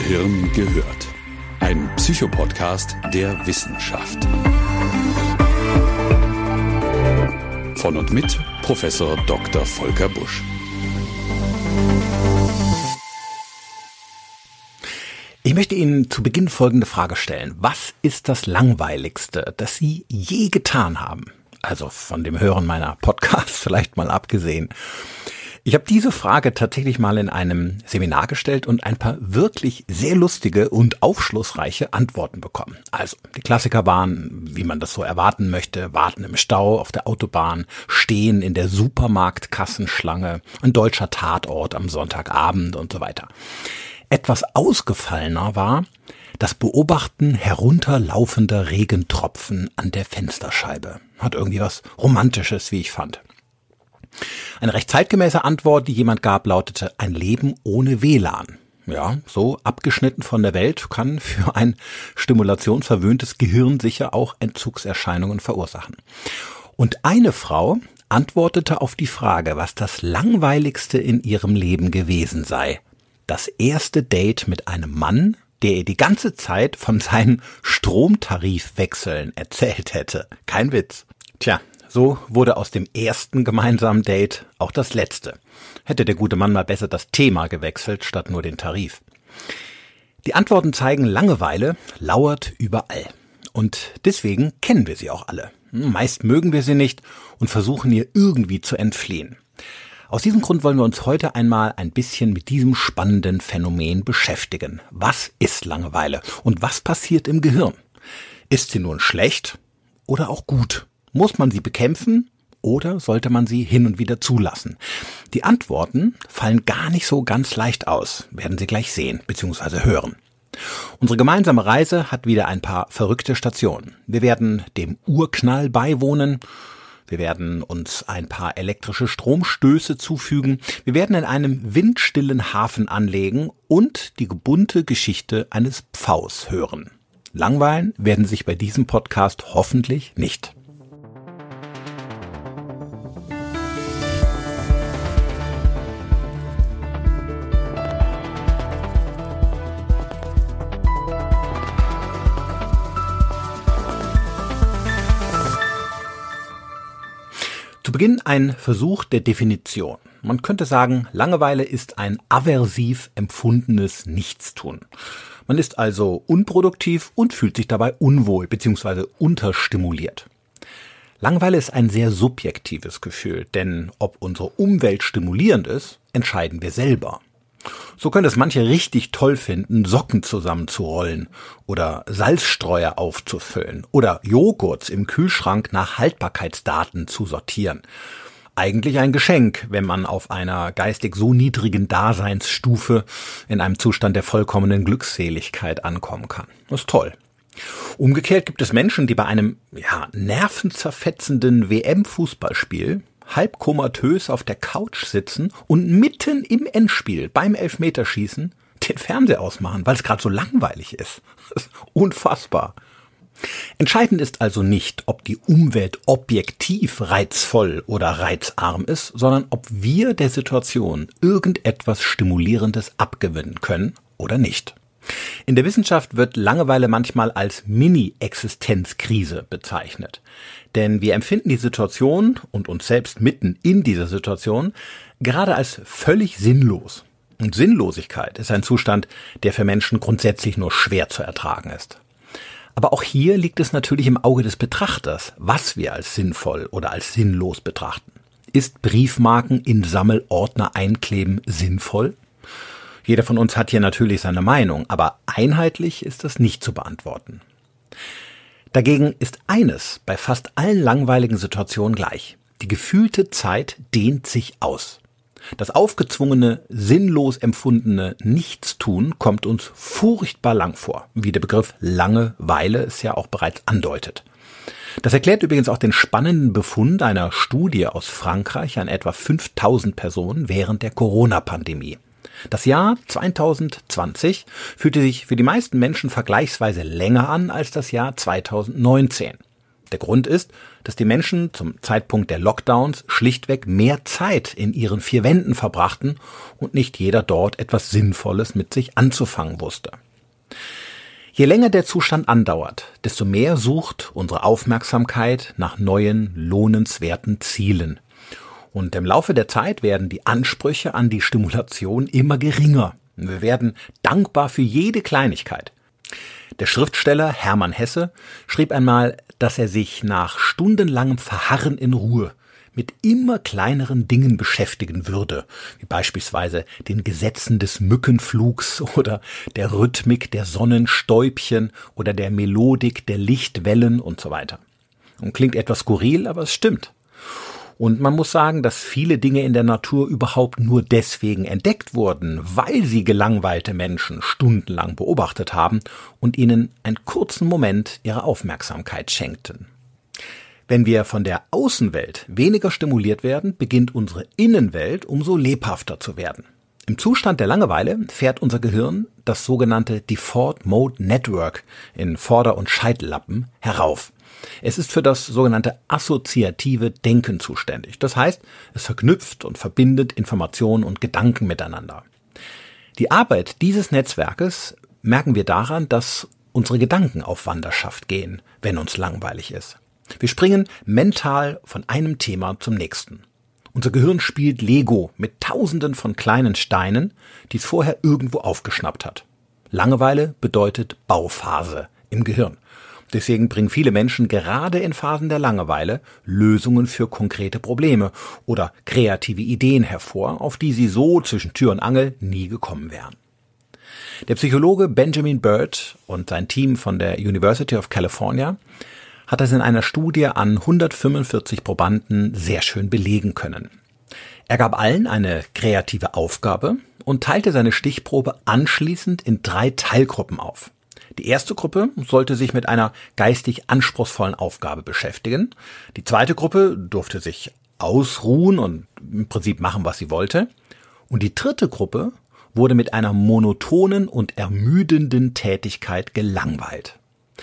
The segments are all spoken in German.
Gehirn gehört. Ein Psychopodcast der Wissenschaft. Von und mit Professor Dr. Volker Busch. Ich möchte Ihnen zu Beginn folgende Frage stellen. Was ist das Langweiligste, das Sie je getan haben? Also von dem Hören meiner Podcasts vielleicht mal abgesehen. Ich habe diese Frage tatsächlich mal in einem Seminar gestellt und ein paar wirklich sehr lustige und aufschlussreiche Antworten bekommen. Also die Klassiker waren, wie man das so erwarten möchte, warten im Stau auf der Autobahn, stehen in der Supermarktkassenschlange, ein deutscher Tatort am Sonntagabend und so weiter. Etwas ausgefallener war das Beobachten herunterlaufender Regentropfen an der Fensterscheibe. Hat irgendwie was Romantisches, wie ich fand. Eine recht zeitgemäße Antwort, die jemand gab, lautete: ein Leben ohne WLAN. Ja, so abgeschnitten von der Welt kann für ein stimulationsverwöhntes Gehirn sicher auch Entzugserscheinungen verursachen. Und eine Frau antwortete auf die Frage, was das Langweiligste in ihrem Leben gewesen sei. Das erste Date mit einem Mann, der ihr die ganze Zeit von seinen Stromtarifwechseln erzählt hätte. Kein Witz. Tja, so wurde aus dem ersten gemeinsamen Date auch das letzte. Hätte der gute Mann mal besser das Thema gewechselt, statt nur den Tarif. Die Antworten zeigen, Langeweile lauert überall. Und deswegen kennen wir sie auch alle. Meist mögen wir sie nicht und versuchen ihr irgendwie zu entfliehen. Aus diesem Grund wollen wir uns heute einmal ein bisschen mit diesem spannenden Phänomen beschäftigen. Was ist Langeweile und was passiert im Gehirn? Ist sie nun schlecht oder auch gut? Muss man sie bekämpfen oder sollte man sie hin und wieder zulassen? Die Antworten fallen gar nicht so ganz leicht aus, werden Sie gleich sehen bzw. hören. Unsere gemeinsame Reise hat wieder ein paar verrückte Stationen. Wir werden dem Urknall beiwohnen. Wir werden uns ein paar elektrische Stromstöße zufügen. Wir werden in einem windstillen Hafen anlegen und die bunte Geschichte eines Pfaus hören. Langweilen werden sich bei diesem Podcast hoffentlich nicht. Zu Beginn ein Versuch der Definition. Man könnte sagen, Langeweile ist ein aversiv empfundenes Nichtstun. Man ist also unproduktiv und fühlt sich dabei unwohl bzw. unterstimuliert. Langeweile ist ein sehr subjektives Gefühl, denn ob unsere Umwelt stimulierend ist, entscheiden wir selber. So können es manche richtig toll finden, Socken zusammenzurollen oder Salzstreuer aufzufüllen oder Joghurts im Kühlschrank nach Haltbarkeitsdaten zu sortieren. Eigentlich ein Geschenk, wenn man auf einer geistig so niedrigen Daseinsstufe in einem Zustand der vollkommenen Glückseligkeit ankommen kann. Das ist toll. Umgekehrt gibt es Menschen, die bei einem nervenzerfetzenden WM-Fußballspiel halb komatös auf der Couch sitzen und mitten im Endspiel beim Elfmeterschießen den Fernseher ausmachen, weil es gerade so langweilig ist. Das ist unfassbar. Entscheidend ist also nicht, ob die Umwelt objektiv reizvoll oder reizarm ist, sondern ob wir der Situation irgendetwas Stimulierendes abgewinnen können oder nicht. In der Wissenschaft wird Langeweile manchmal als Mini-Existenzkrise bezeichnet. Denn wir empfinden die Situation und uns selbst mitten in dieser Situation gerade als völlig sinnlos. Und Sinnlosigkeit ist ein Zustand, der für Menschen grundsätzlich nur schwer zu ertragen ist. Aber auch hier liegt es natürlich im Auge des Betrachters, was wir als sinnvoll oder als sinnlos betrachten. Ist Briefmarken in Sammelordner einkleben sinnvoll? Jeder von uns hat hier natürlich seine Meinung, aber einheitlich ist das nicht zu beantworten. Dagegen ist eines bei fast allen langweiligen Situationen gleich. Die gefühlte Zeit dehnt sich aus. Das aufgezwungene, sinnlos empfundene Nichtstun kommt uns furchtbar lang vor, wie der Begriff Langeweile es ja auch bereits andeutet. Das erklärt übrigens auch den spannenden Befund einer Studie aus Frankreich an etwa 5000 Personen während der Corona-Pandemie. Das Jahr 2020 fühlte sich für die meisten Menschen vergleichsweise länger an als das Jahr 2019. Der Grund ist, dass die Menschen zum Zeitpunkt der Lockdowns schlichtweg mehr Zeit in ihren vier Wänden verbrachten und nicht jeder dort etwas Sinnvolles mit sich anzufangen wusste. Je länger der Zustand andauert, desto mehr sucht unsere Aufmerksamkeit nach neuen, lohnenswerten Zielen. Und im Laufe der Zeit werden die Ansprüche an die Stimulation immer geringer. Wir werden dankbar für jede Kleinigkeit. Der Schriftsteller Hermann Hesse schrieb einmal, dass er sich nach stundenlangem Verharren in Ruhe mit immer kleineren Dingen beschäftigen würde, wie beispielsweise den Gesetzen des Mückenflugs oder der Rhythmik der Sonnenstäubchen oder der Melodik der Lichtwellen und so weiter. Und klingt etwas skurril, aber es stimmt. Und man muss sagen, dass viele Dinge in der Natur überhaupt nur deswegen entdeckt wurden, weil sie gelangweilte Menschen stundenlang beobachtet haben und ihnen einen kurzen Moment ihre Aufmerksamkeit schenkten. Wenn wir von der Außenwelt weniger stimuliert werden, beginnt unsere Innenwelt umso lebhafter zu werden. Im Zustand der Langeweile fährt unser Gehirn das sogenannte Default Mode Network in Vorder- und Scheitellappen herauf. Es ist für das sogenannte assoziative Denken zuständig. Das heißt, es verknüpft und verbindet Informationen und Gedanken miteinander. Die Arbeit dieses Netzwerkes merken wir daran, dass unsere Gedanken auf Wanderschaft gehen, wenn uns langweilig ist. Wir springen mental von einem Thema zum nächsten. Unser Gehirn spielt Lego mit Tausenden von kleinen Steinen, die es vorher irgendwo aufgeschnappt hat. Langeweile bedeutet Bauphase im Gehirn. Deswegen bringen viele Menschen gerade in Phasen der Langeweile Lösungen für konkrete Probleme oder kreative Ideen hervor, auf die sie so zwischen Tür und Angel nie gekommen wären. Der Psychologe Benjamin Bird und sein Team von der University of California hat das in einer Studie an 145 Probanden sehr schön belegen können. Er gab allen eine kreative Aufgabe und teilte seine Stichprobe anschließend in 3 Teilgruppen auf. Die erste Gruppe sollte sich mit einer geistig anspruchsvollen Aufgabe beschäftigen. Die zweite Gruppe durfte sich ausruhen und im Prinzip machen, was sie wollte. Und die dritte Gruppe wurde mit einer monotonen und ermüdenden Tätigkeit gelangweilt.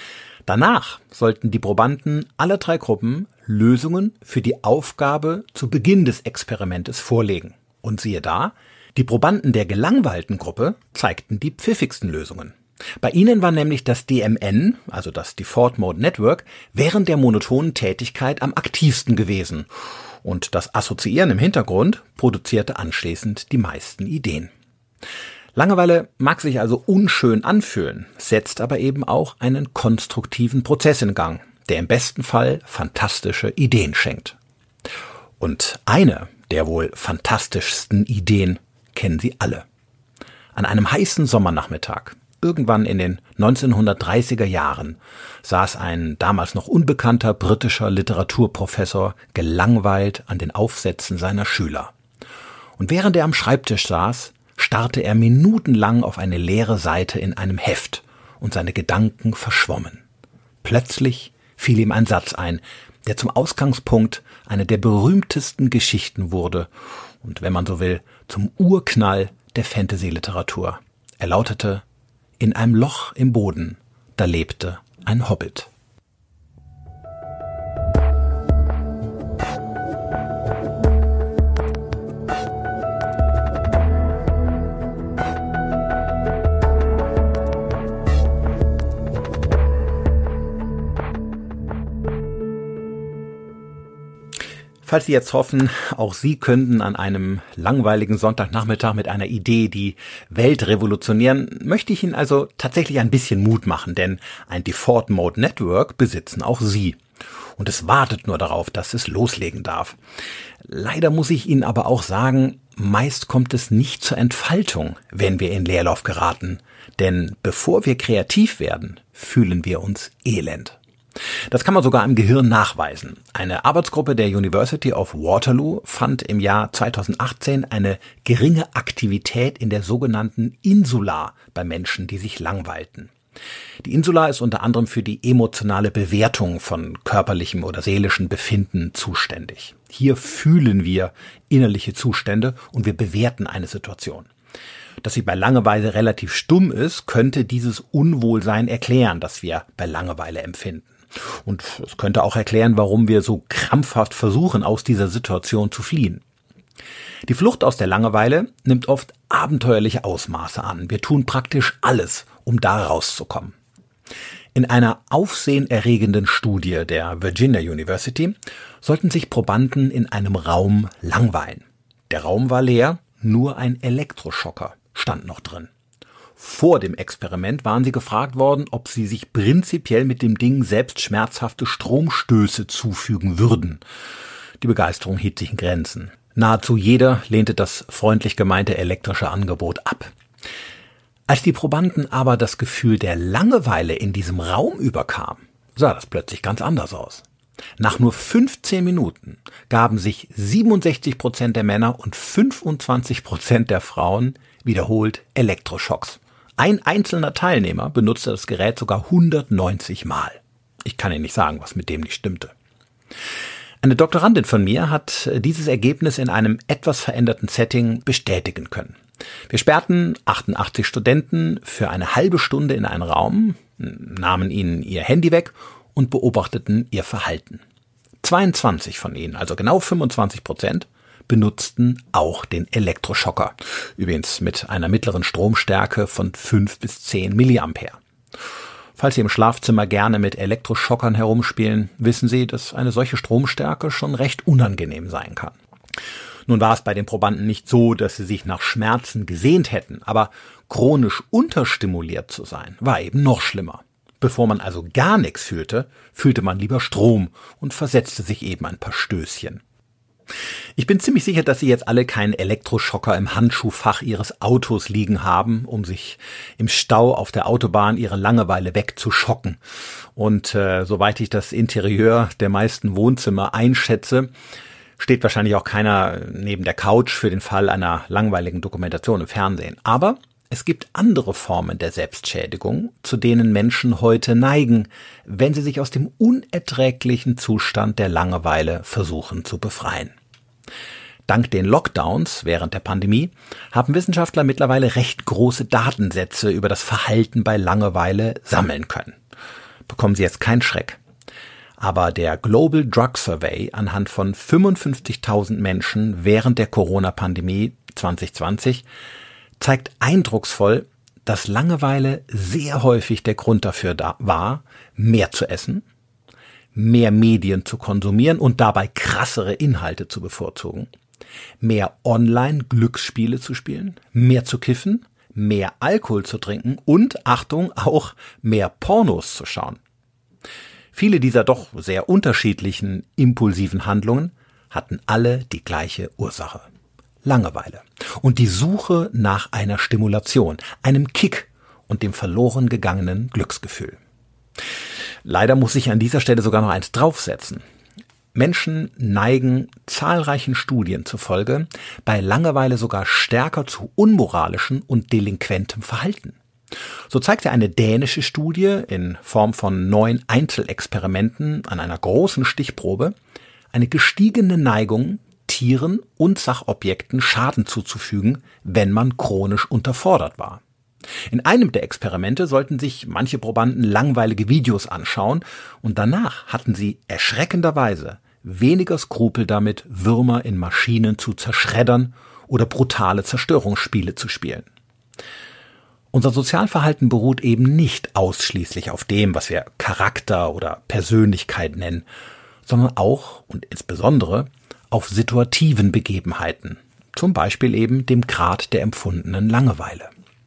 Danach sollten die Probanden aller 3 Gruppen Lösungen für die Aufgabe zu Beginn des Experimentes vorlegen. Und siehe da, die Probanden der gelangweilten Gruppe zeigten die pfiffigsten Lösungen. Bei ihnen war nämlich das DMN, also das Default Mode Network, während der monotonen Tätigkeit am aktivsten gewesen. Und das Assoziieren im Hintergrund produzierte anschließend die meisten Ideen. Langeweile mag sich also unschön anfühlen, setzt aber eben auch einen konstruktiven Prozess in Gang, der im besten Fall fantastische Ideen schenkt. Und eine der wohl fantastischsten Ideen kennen Sie alle. An einem heißen Sommernachmittag, irgendwann in den 1930er Jahren, saß ein damals noch unbekannter britischer Literaturprofessor gelangweilt an den Aufsätzen seiner Schüler. Und während er am Schreibtisch saß, starrte er minutenlang auf eine leere Seite in einem Heft und seine Gedanken verschwommen. Plötzlich fiel ihm ein Satz ein, der zum Ausgangspunkt einer der berühmtesten Geschichten wurde und, wenn man so will, zum Urknall der Fantasy-Literatur. Er lautete: In einem Loch im Boden, da lebte ein Hobbit. Falls Sie jetzt hoffen, auch Sie könnten an einem langweiligen Sonntagnachmittag mit einer Idee die Welt revolutionieren, möchte ich Ihnen also tatsächlich ein bisschen Mut machen, denn ein Default Mode Network besitzen auch Sie. Und es wartet nur darauf, dass es loslegen darf. Leider muss ich Ihnen aber auch sagen, meist kommt es nicht zur Entfaltung, wenn wir in Leerlauf geraten. Denn bevor wir kreativ werden, fühlen wir uns elend. Das kann man sogar im Gehirn nachweisen. Eine Arbeitsgruppe der University of Waterloo fand im Jahr 2018 eine geringe Aktivität in der sogenannten Insula bei Menschen, die sich langweilten. Die Insula ist unter anderem für die emotionale Bewertung von körperlichem oder seelischem Befinden zuständig. Hier fühlen wir innerliche Zustände und wir bewerten eine Situation. Dass sie bei Langeweile relativ stumm ist, könnte dieses Unwohlsein erklären, das wir bei Langeweile empfinden. Und es könnte auch erklären, warum wir so krampfhaft versuchen, aus dieser Situation zu fliehen. Die Flucht aus der Langeweile nimmt oft abenteuerliche Ausmaße an. Wir tun praktisch alles, um da rauszukommen. In einer aufsehenerregenden Studie der Virginia University sollten sich Probanden in einem Raum langweilen. Der Raum war leer, nur ein Elektroschocker stand noch drin. Vor dem Experiment waren sie gefragt worden, ob sie sich prinzipiell mit dem Ding selbst schmerzhafte Stromstöße zufügen würden. Die Begeisterung hielt sich in Grenzen. Nahezu jeder lehnte das freundlich gemeinte elektrische Angebot ab. Als die Probanden aber das Gefühl der Langeweile in diesem Raum überkam, sah das plötzlich ganz anders aus. Nach nur 15 Minuten gaben sich 67% der Männer und 25% der Frauen wiederholt Elektroschocks. Ein einzelner Teilnehmer benutzte das Gerät sogar 190 Mal. Ich kann Ihnen nicht sagen, was mit dem nicht stimmte. Eine Doktorandin von mir hat dieses Ergebnis in einem etwas veränderten Setting bestätigen können. Wir sperrten 88 Studenten für eine halbe Stunde in einen Raum, nahmen ihnen ihr Handy weg und beobachteten ihr Verhalten. 22 von ihnen, also genau 25%, benutzten auch den Elektroschocker. Übrigens mit einer mittleren Stromstärke von 5 bis 10 Milliampere. Falls Sie im Schlafzimmer gerne mit Elektroschockern herumspielen, wissen Sie, dass eine solche Stromstärke schon recht unangenehm sein kann. Nun war es bei den Probanden nicht so, dass sie sich nach Schmerzen gesehnt hätten, aber chronisch unterstimuliert zu sein, war eben noch schlimmer. Bevor man also gar nichts fühlte, fühlte man lieber Strom und versetzte sich eben ein paar Stößchen. Ich bin ziemlich sicher, dass Sie jetzt alle keinen Elektroschocker im Handschuhfach Ihres Autos liegen haben, um sich im Stau auf der Autobahn Ihre Langeweile wegzuschocken. Und soweit ich das Interieur der meisten Wohnzimmer einschätze, steht wahrscheinlich auch keiner neben der Couch für den Fall einer langweiligen Dokumentation im Fernsehen. Aber es gibt andere Formen der Selbstschädigung, zu denen Menschen heute neigen, wenn sie sich aus dem unerträglichen Zustand der Langeweile versuchen zu befreien. Dank den Lockdowns während der Pandemie haben Wissenschaftler mittlerweile recht große Datensätze über das Verhalten bei Langeweile sammeln können. Bekommen Sie jetzt keinen Schreck. Aber der Global Drug Survey anhand von 55.000 Menschen während der Corona-Pandemie 2020 zeigt eindrucksvoll, dass Langeweile sehr häufig der Grund dafür war, mehr zu essen, mehr Medien zu konsumieren und dabei krassere Inhalte zu bevorzugen, mehr Online-Glücksspiele zu spielen, mehr zu kiffen, mehr Alkohol zu trinken und, Achtung, auch mehr Pornos zu schauen. Viele dieser doch sehr unterschiedlichen impulsiven Handlungen hatten alle die gleiche Ursache: Langeweile und die Suche nach einer Stimulation, einem Kick und dem verloren gegangenen Glücksgefühl. Leider muss ich an dieser Stelle sogar noch eins draufsetzen. Menschen neigen zahlreichen Studien zufolge bei Langeweile sogar stärker zu unmoralischem und delinquentem Verhalten. So zeigte eine dänische Studie in Form von 9 Einzelexperimenten an einer großen Stichprobe eine gestiegene Neigung, Tieren und Sachobjekten Schaden zuzufügen, wenn man chronisch unterfordert war. In einem der Experimente sollten sich manche Probanden langweilige Videos anschauen und danach hatten sie erschreckenderweise weniger Skrupel damit, Würmer in Maschinen zu zerschreddern oder brutale Zerstörungsspiele zu spielen. Unser Sozialverhalten beruht eben nicht ausschließlich auf dem, was wir Charakter oder Persönlichkeit nennen, sondern auch und insbesondere auf situativen Begebenheiten, zum Beispiel eben dem Grad der empfundenen Langeweile.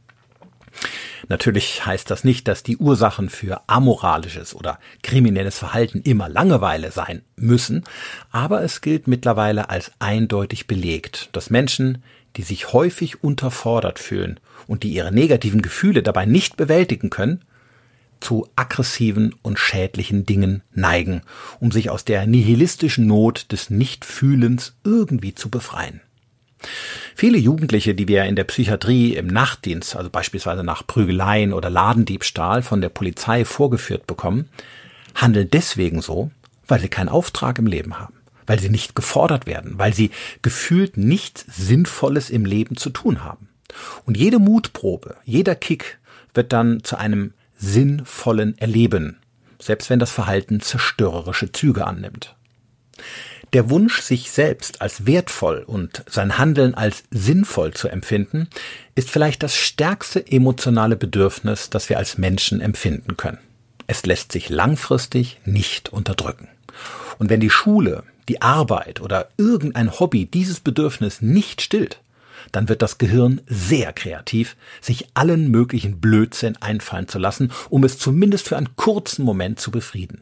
Natürlich heißt das nicht, dass die Ursachen für amoralisches oder kriminelles Verhalten immer Langeweile sein müssen, aber es gilt mittlerweile als eindeutig belegt, dass Menschen, die sich häufig unterfordert fühlen und die ihre negativen Gefühle dabei nicht bewältigen können, zu aggressiven und schädlichen Dingen neigen, um sich aus der nihilistischen Not des Nichtfühlens irgendwie zu befreien. Viele Jugendliche, die wir in der Psychiatrie im Nachtdienst, also beispielsweise nach Prügeleien oder Ladendiebstahl von der Polizei vorgeführt bekommen, handeln deswegen so, weil sie keinen Auftrag im Leben haben, weil sie nicht gefordert werden, weil sie gefühlt nichts Sinnvolles im Leben zu tun haben. Und jede Mutprobe, jeder Kick wird dann zu einem sinnvollen Erleben, selbst wenn das Verhalten zerstörerische Züge annimmt. Der Wunsch, sich selbst als wertvoll und sein Handeln als sinnvoll zu empfinden, ist vielleicht das stärkste emotionale Bedürfnis, das wir als Menschen empfinden können. Es lässt sich langfristig nicht unterdrücken. Und wenn die Schule, die Arbeit oder irgendein Hobby dieses Bedürfnis nicht stillt, dann wird das Gehirn sehr kreativ, sich allen möglichen Blödsinn einfallen zu lassen, um es zumindest für einen kurzen Moment zu befrieden.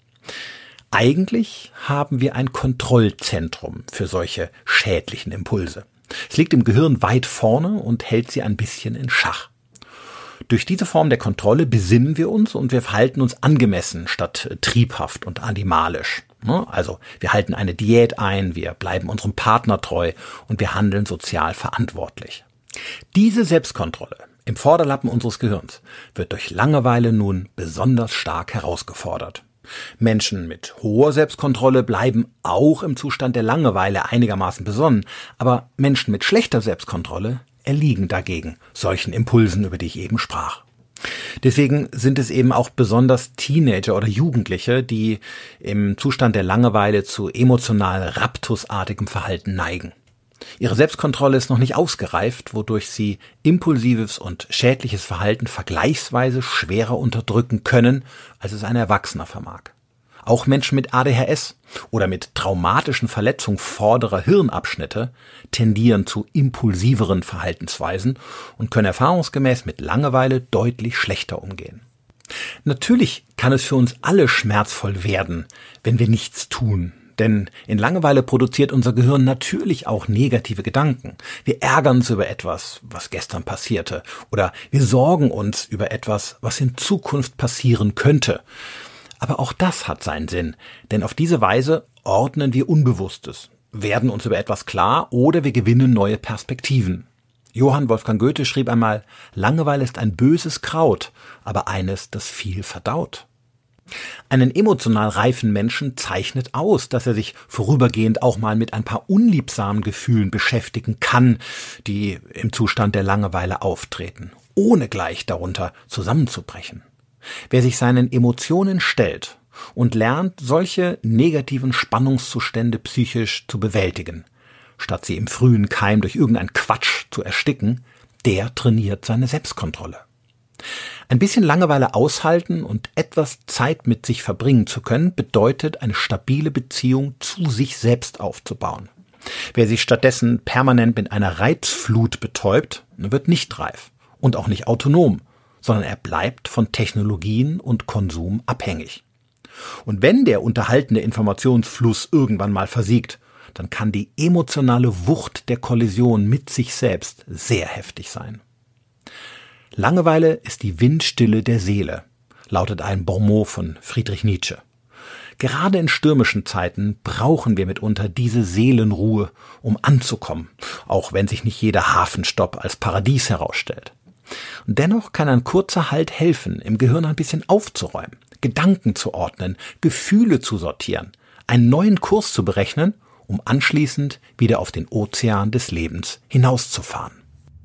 Eigentlich haben wir ein Kontrollzentrum für solche schädlichen Impulse. Es liegt im Gehirn weit vorne und hält sie ein bisschen in Schach. Durch diese Form der Kontrolle besinnen wir uns und wir verhalten uns angemessen statt triebhaft und animalisch. Also wir halten eine Diät ein, wir bleiben unserem Partner treu und wir handeln sozial verantwortlich. Diese Selbstkontrolle im Vorderlappen unseres Gehirns wird durch Langeweile nun besonders stark herausgefordert. Menschen mit hoher Selbstkontrolle bleiben auch im Zustand der Langeweile einigermaßen besonnen, aber Menschen mit schlechter Selbstkontrolle erliegen dagegen solchen Impulsen, über die ich eben sprach. Deswegen sind es eben auch besonders Teenager oder Jugendliche, die im Zustand der Langeweile zu emotional raptusartigem Verhalten neigen. Ihre Selbstkontrolle ist noch nicht ausgereift, wodurch sie impulsives und schädliches Verhalten vergleichsweise schwerer unterdrücken können, als es ein Erwachsener vermag. Auch Menschen mit ADHS oder mit traumatischen Verletzungen vorderer Hirnabschnitte tendieren zu impulsiveren Verhaltensweisen und können erfahrungsgemäß mit Langeweile deutlich schlechter umgehen. Natürlich kann es für uns alle schmerzvoll werden, wenn wir nichts tun. Denn in Langeweile produziert unser Gehirn natürlich auch negative Gedanken. Wir ärgern uns über etwas, was gestern passierte. Oder wir sorgen uns über etwas, was in Zukunft passieren könnte. Aber auch das hat seinen Sinn. Denn auf diese Weise ordnen wir Unbewusstes, werden uns über etwas klar oder wir gewinnen neue Perspektiven. Johann Wolfgang Goethe schrieb einmal, Langeweile ist ein böses Kraut, aber eines, das viel verdaut. Einen emotional reifen Menschen zeichnet aus, dass er sich vorübergehend auch mal mit ein paar unliebsamen Gefühlen beschäftigen kann, die im Zustand der Langeweile auftreten, ohne gleich darunter zusammenzubrechen. Wer sich seinen Emotionen stellt und lernt, solche negativen Spannungszustände psychisch zu bewältigen, statt sie im frühen Keim durch irgendeinen Quatsch zu ersticken, der trainiert seine Selbstkontrolle. Ein bisschen Langeweile aushalten und etwas Zeit mit sich verbringen zu können, bedeutet, eine stabile Beziehung zu sich selbst aufzubauen. Wer sich stattdessen permanent mit einer Reizflut betäubt, wird nicht reif und auch nicht autonom, sondern er bleibt von Technologien und Konsum abhängig. Und wenn der unterhaltene Informationsfluss irgendwann mal versiegt, dann kann die emotionale Wucht der Kollision mit sich selbst sehr heftig sein. Langeweile ist die Windstille der Seele, lautet ein Bonmot von Friedrich Nietzsche. Gerade in stürmischen Zeiten brauchen wir mitunter diese Seelenruhe, um anzukommen, auch wenn sich nicht jeder Hafenstopp als Paradies herausstellt. Und dennoch kann ein kurzer Halt helfen, im Gehirn ein bisschen aufzuräumen, Gedanken zu ordnen, Gefühle zu sortieren, einen neuen Kurs zu berechnen, um anschließend wieder auf den Ozean des Lebens hinauszufahren.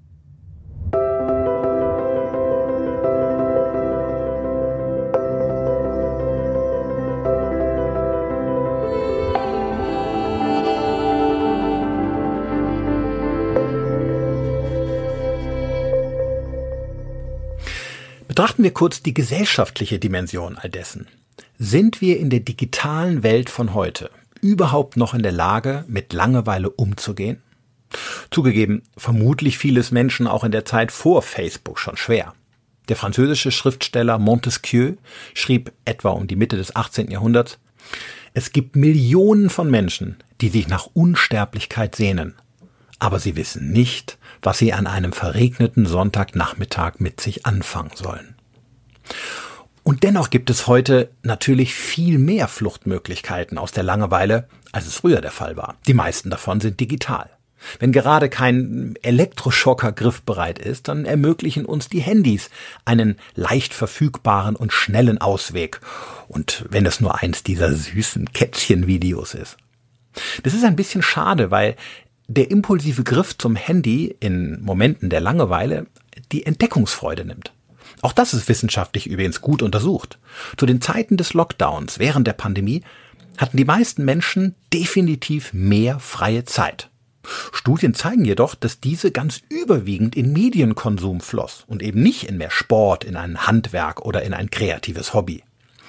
Betrachten wir kurz die gesellschaftliche Dimension all dessen. Sind wir in der digitalen Welt von heute überhaupt noch in der Lage, mit Langeweile umzugehen? Zugegeben, vermutlich fiel es Menschen auch in der Zeit vor Facebook schon schwer. Der französische Schriftsteller Montesquieu schrieb etwa um die Mitte des 18. Jahrhunderts, es gibt Millionen von Menschen, die sich nach Unsterblichkeit sehnen, aber sie wissen nicht, was sie an einem verregneten Sonntagnachmittag mit sich anfangen sollen. Und dennoch gibt es heute natürlich viel mehr Fluchtmöglichkeiten aus der Langeweile, als es früher der Fall war. Die meisten davon sind digital. Wenn gerade kein Elektroschocker griffbereit ist, dann ermöglichen uns die Handys einen leicht verfügbaren und schnellen Ausweg. Und wenn es nur eins dieser süßen Kätzchen-Videos ist. Das ist ein bisschen schade, weil der impulsive Griff zum Handy in Momenten der Langeweile die Entdeckungsfreude nimmt. Auch das ist wissenschaftlich übrigens gut untersucht. Zu den Zeiten des Lockdowns während der Pandemie hatten die meisten Menschen definitiv mehr freie Zeit. Studien zeigen jedoch, dass diese ganz überwiegend in Medienkonsum floss und eben nicht in mehr Sport, in ein Handwerk oder in ein kreatives Hobby.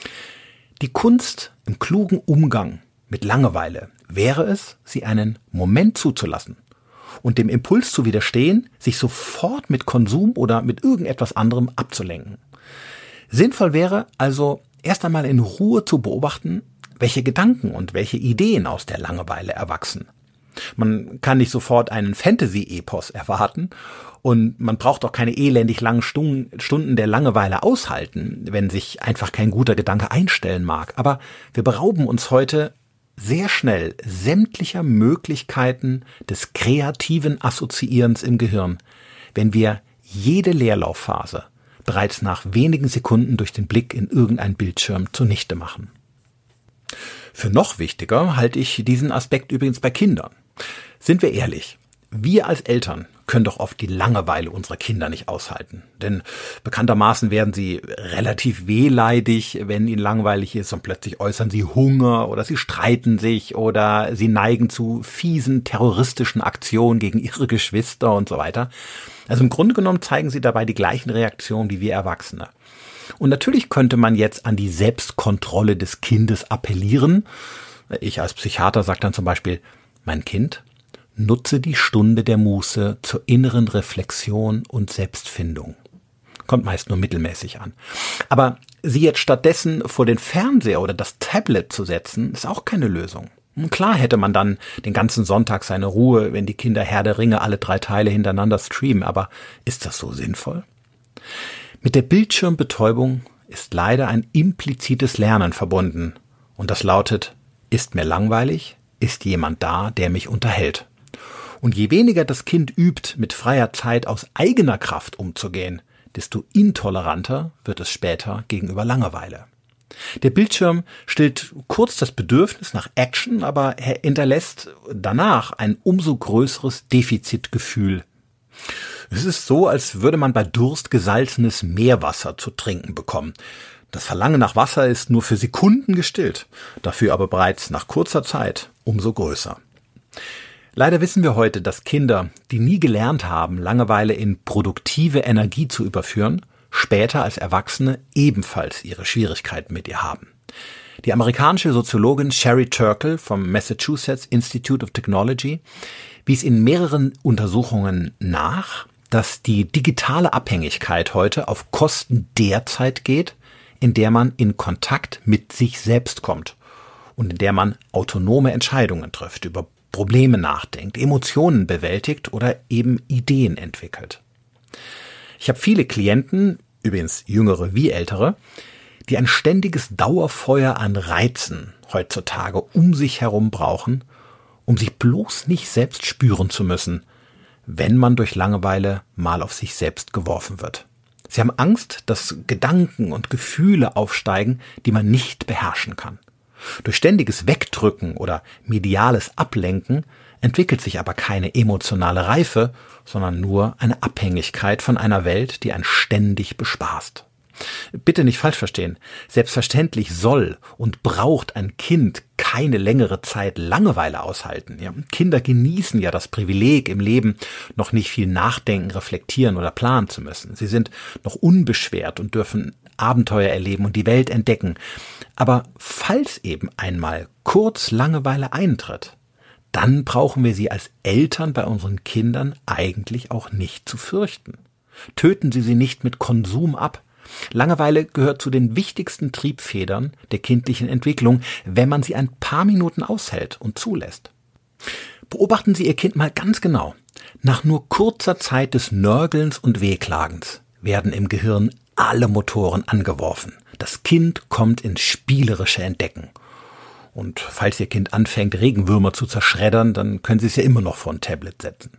Die Kunst im klugen Umgang mit Langeweile wäre es, sie einen Moment zuzulassen und dem Impuls zu widerstehen, sich sofort mit Konsum oder mit irgendetwas anderem abzulenken. Sinnvoll wäre also erst einmal in Ruhe zu beobachten, welche Gedanken und welche Ideen aus der Langeweile erwachsen. Man kann nicht sofort einen Fantasy-Epos erwarten und man braucht auch keine elendig langen Stunden der Langeweile aushalten, wenn sich einfach kein guter Gedanke einstellen mag. Aber wir berauben uns heute sehr schnell sämtlicher Möglichkeiten des kreativen Assoziierens im Gehirn, wenn wir jede Leerlaufphase bereits nach wenigen Sekunden durch den Blick in irgendein Bildschirm zunichte machen. Für noch wichtiger halte ich diesen Aspekt übrigens bei Kindern. Sind wir ehrlich, wir als Eltern können doch oft die Langeweile unserer Kinder nicht aushalten. Denn bekanntermaßen werden sie relativ wehleidig, wenn ihnen langweilig ist, und plötzlich äußern sie Hunger oder sie streiten sich oder sie neigen zu fiesen terroristischen Aktionen gegen ihre Geschwister und so weiter. Also im Grunde genommen zeigen sie dabei die gleichen Reaktionen wie wir Erwachsene. Und natürlich könnte man jetzt an die Selbstkontrolle des Kindes appellieren. Ich als Psychiater sage dann zum Beispiel: Mein Kind, nutze die Stunde der Muße zur inneren Reflexion und Selbstfindung. Kommt meist nur mittelmäßig an. Aber sie jetzt stattdessen vor den Fernseher oder das Tablet zu setzen, ist auch keine Lösung. Und klar hätte man dann den ganzen Sonntag seine Ruhe, wenn die Kinder Herr der Ringe alle 3 Teile hintereinander streamen. Aber ist das so sinnvoll? Mit der Bildschirmbetäubung ist leider ein implizites Lernen verbunden. Und das lautet: Ist mir langweilig? Ist jemand da, der mich unterhält? Und je weniger das Kind übt, mit freier Zeit aus eigener Kraft umzugehen, desto intoleranter wird es später gegenüber Langeweile. Der Bildschirm stillt kurz das Bedürfnis nach Action, aber er hinterlässt danach ein umso größeres Defizitgefühl. Es ist so, als würde man bei Durst gesalzenes Meerwasser zu trinken bekommen. Das Verlangen nach Wasser ist nur für Sekunden gestillt, dafür aber bereits nach kurzer Zeit umso größer. Leider wissen wir heute, dass Kinder, die nie gelernt haben, Langeweile in produktive Energie zu überführen, später als Erwachsene ebenfalls ihre Schwierigkeiten mit ihr haben. Die amerikanische Soziologin Sherry Turkle vom Massachusetts Institute of Technology wies in mehreren Untersuchungen nach, dass die digitale Abhängigkeit heute auf Kosten der Zeit geht, in der man in Kontakt mit sich selbst kommt und in der man autonome Entscheidungen trifft, über Probleme nachdenkt, Emotionen bewältigt oder eben Ideen entwickelt. Ich habe viele Klienten, übrigens jüngere wie ältere, die ein ständiges Dauerfeuer an Reizen heutzutage um sich herum brauchen, um sich bloß nicht selbst spüren zu müssen, wenn man durch Langeweile mal auf sich selbst geworfen wird. Sie haben Angst, dass Gedanken und Gefühle aufsteigen, die man nicht beherrschen kann. Durch ständiges Wegdrücken oder mediales Ablenken entwickelt sich aber keine emotionale Reife, sondern nur eine Abhängigkeit von einer Welt, die einen ständig bespaßt. Bitte nicht falsch verstehen. Selbstverständlich soll und braucht ein Kind keine längere Zeit Langeweile aushalten. Ja, Kinder genießen ja das Privileg im Leben, noch nicht viel nachdenken, reflektieren oder planen zu müssen. Sie sind noch unbeschwert und dürfen Abenteuer erleben und die Welt entdecken. Aber falls eben einmal kurz Langeweile eintritt, dann brauchen wir sie als Eltern bei unseren Kindern eigentlich auch nicht zu fürchten. Töten Sie sie nicht mit Konsum ab. Langeweile gehört zu den wichtigsten Triebfedern der kindlichen Entwicklung, wenn man sie ein paar Minuten aushält und zulässt. Beobachten Sie Ihr Kind mal ganz genau. Nach nur kurzer Zeit des Nörgelns und Wehklagens werden im Gehirn alle Motoren angeworfen. Das Kind kommt ins spielerische Entdecken. Und falls Ihr Kind anfängt, Regenwürmer zu zerschreddern, dann können Sie es ja immer noch vor ein Tablet setzen.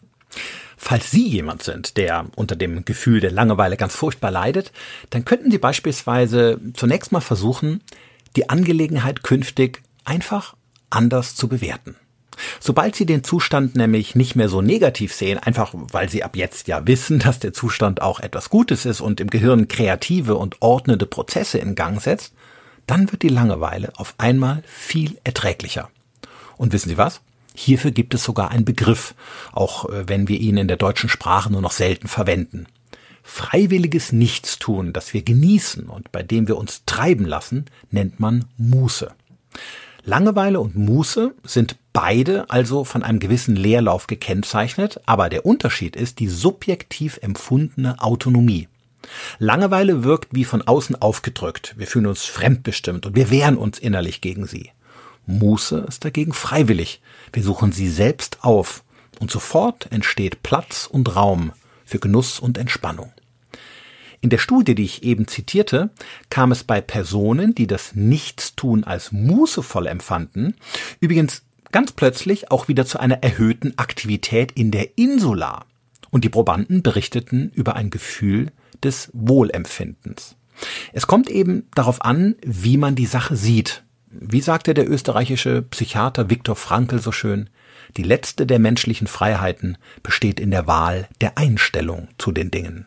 Falls Sie jemand sind, der unter dem Gefühl der Langeweile ganz furchtbar leidet, dann könnten Sie beispielsweise zunächst mal versuchen, die Angelegenheit künftig einfach anders zu bewerten. Sobald Sie den Zustand nämlich nicht mehr so negativ sehen, einfach weil Sie ab jetzt ja wissen, dass der Zustand auch etwas Gutes ist und im Gehirn kreative und ordnende Prozesse in Gang setzt, dann wird die Langeweile auf einmal viel erträglicher. Und wissen Sie was? Hierfür gibt es sogar einen Begriff, auch wenn wir ihn in der deutschen Sprache nur noch selten verwenden. Freiwilliges Nichtstun, das wir genießen und bei dem wir uns treiben lassen, nennt man Muße. Langeweile und Muße sind beide also von einem gewissen Leerlauf gekennzeichnet, aber der Unterschied ist die subjektiv empfundene Autonomie. Langeweile wirkt wie von außen aufgedrückt, wir fühlen uns fremdbestimmt und wir wehren uns innerlich gegen sie. Muße ist dagegen freiwillig, wir suchen sie selbst auf und sofort entsteht Platz und Raum für Genuss und Entspannung. In der Studie, die ich eben zitierte, kam es bei Personen, die das Nichtstun als mußevoll empfanden, übrigens ganz plötzlich auch wieder zu einer erhöhten Aktivität in der Insula. Und die Probanden berichteten über ein Gefühl des Wohlempfindens. Es kommt eben darauf an, wie man die Sache sieht. Wie sagte der österreichische Psychiater Viktor Frankl so schön, die letzte der menschlichen Freiheiten besteht in der Wahl der Einstellung zu den Dingen.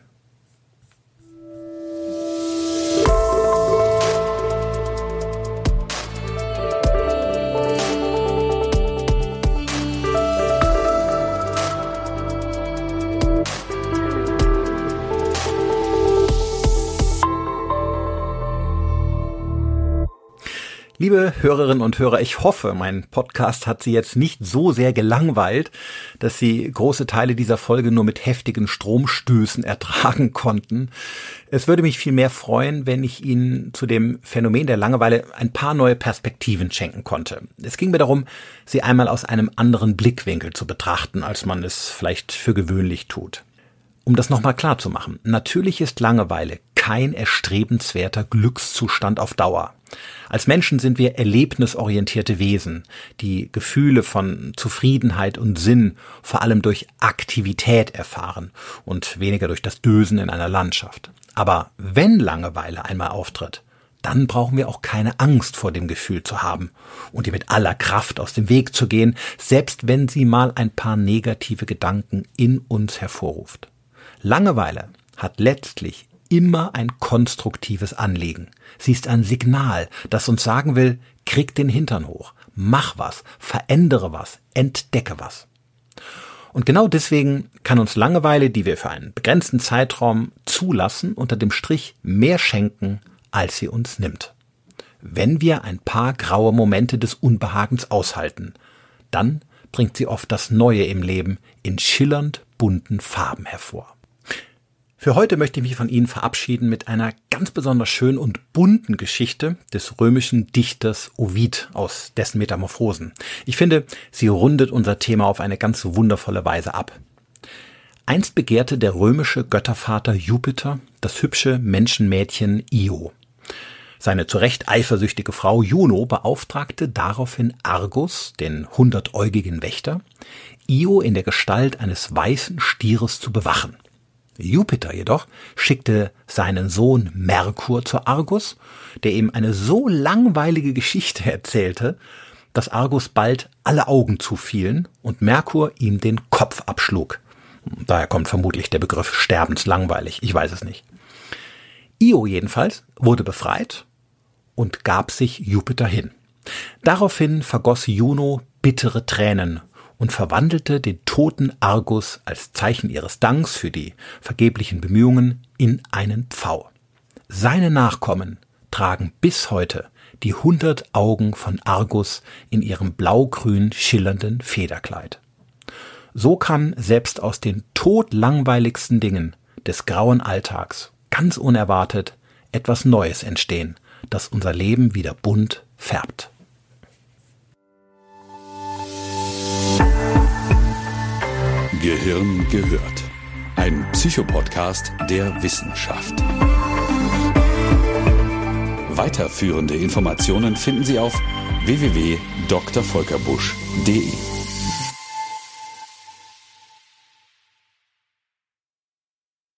Liebe Hörerinnen und Hörer, ich hoffe, mein Podcast hat Sie jetzt nicht so sehr gelangweilt, dass Sie große Teile dieser Folge nur mit heftigen Stromstößen ertragen konnten. Es würde mich vielmehr freuen, wenn ich Ihnen zu dem Phänomen der Langeweile ein paar neue Perspektiven schenken konnte. Es ging mir darum, sie einmal aus einem anderen Blickwinkel zu betrachten, als man es vielleicht für gewöhnlich tut. Um das nochmal klar zu machen, natürlich ist Langeweile kein erstrebenswerter Glückszustand auf Dauer. Als Menschen sind wir erlebnisorientierte Wesen, die Gefühle von Zufriedenheit und Sinn vor allem durch Aktivität erfahren und weniger durch das Dösen in einer Landschaft. Aber wenn Langeweile einmal auftritt, dann brauchen wir auch keine Angst vor dem Gefühl zu haben und ihr mit aller Kraft aus dem Weg zu gehen, selbst wenn sie mal ein paar negative Gedanken in uns hervorruft. Langeweile hat letztlich immer ein konstruktives Anliegen. Sie ist ein Signal, das uns sagen will, krieg den Hintern hoch, mach was, verändere was, entdecke was. Und genau deswegen kann uns Langeweile, die wir für einen begrenzten Zeitraum zulassen, unter dem Strich mehr schenken, als sie uns nimmt. Wenn wir ein paar graue Momente des Unbehagens aushalten, dann bringt sie oft das Neue im Leben in schillernd bunten Farben hervor. Für heute möchte ich mich von Ihnen verabschieden mit einer ganz besonders schönen und bunten Geschichte des römischen Dichters Ovid aus dessen Metamorphosen. Ich finde, sie rundet unser Thema auf eine ganz wundervolle Weise ab. Einst begehrte der römische Göttervater Jupiter das hübsche Menschenmädchen Io. Seine zu Recht eifersüchtige Frau Juno beauftragte daraufhin Argus, den 100-äugigen Wächter, Io in der Gestalt eines weißen Stieres zu bewachen. Jupiter jedoch schickte seinen Sohn Merkur zu Argus, der ihm eine so langweilige Geschichte erzählte, dass Argus bald alle Augen zufielen und Merkur ihm den Kopf abschlug. Daher kommt vermutlich der Begriff sterbenslangweilig, ich weiß es nicht. Io jedenfalls wurde befreit und gab sich Jupiter hin. Daraufhin vergoss Juno bittere Tränen und verwandelte den toten Argus als Zeichen ihres Danks für die vergeblichen Bemühungen in einen Pfau. Seine Nachkommen tragen bis heute die 100 Augen von Argus in ihrem blaugrün schillernden Federkleid. So kann selbst aus den todlangweiligsten Dingen des grauen Alltags ganz unerwartet etwas Neues entstehen, das unser Leben wieder bunt färbt. Gehirn gehört. Ein Psychopodcast der Wissenschaft. Weiterführende Informationen finden Sie auf www.drvolkerbusch.de.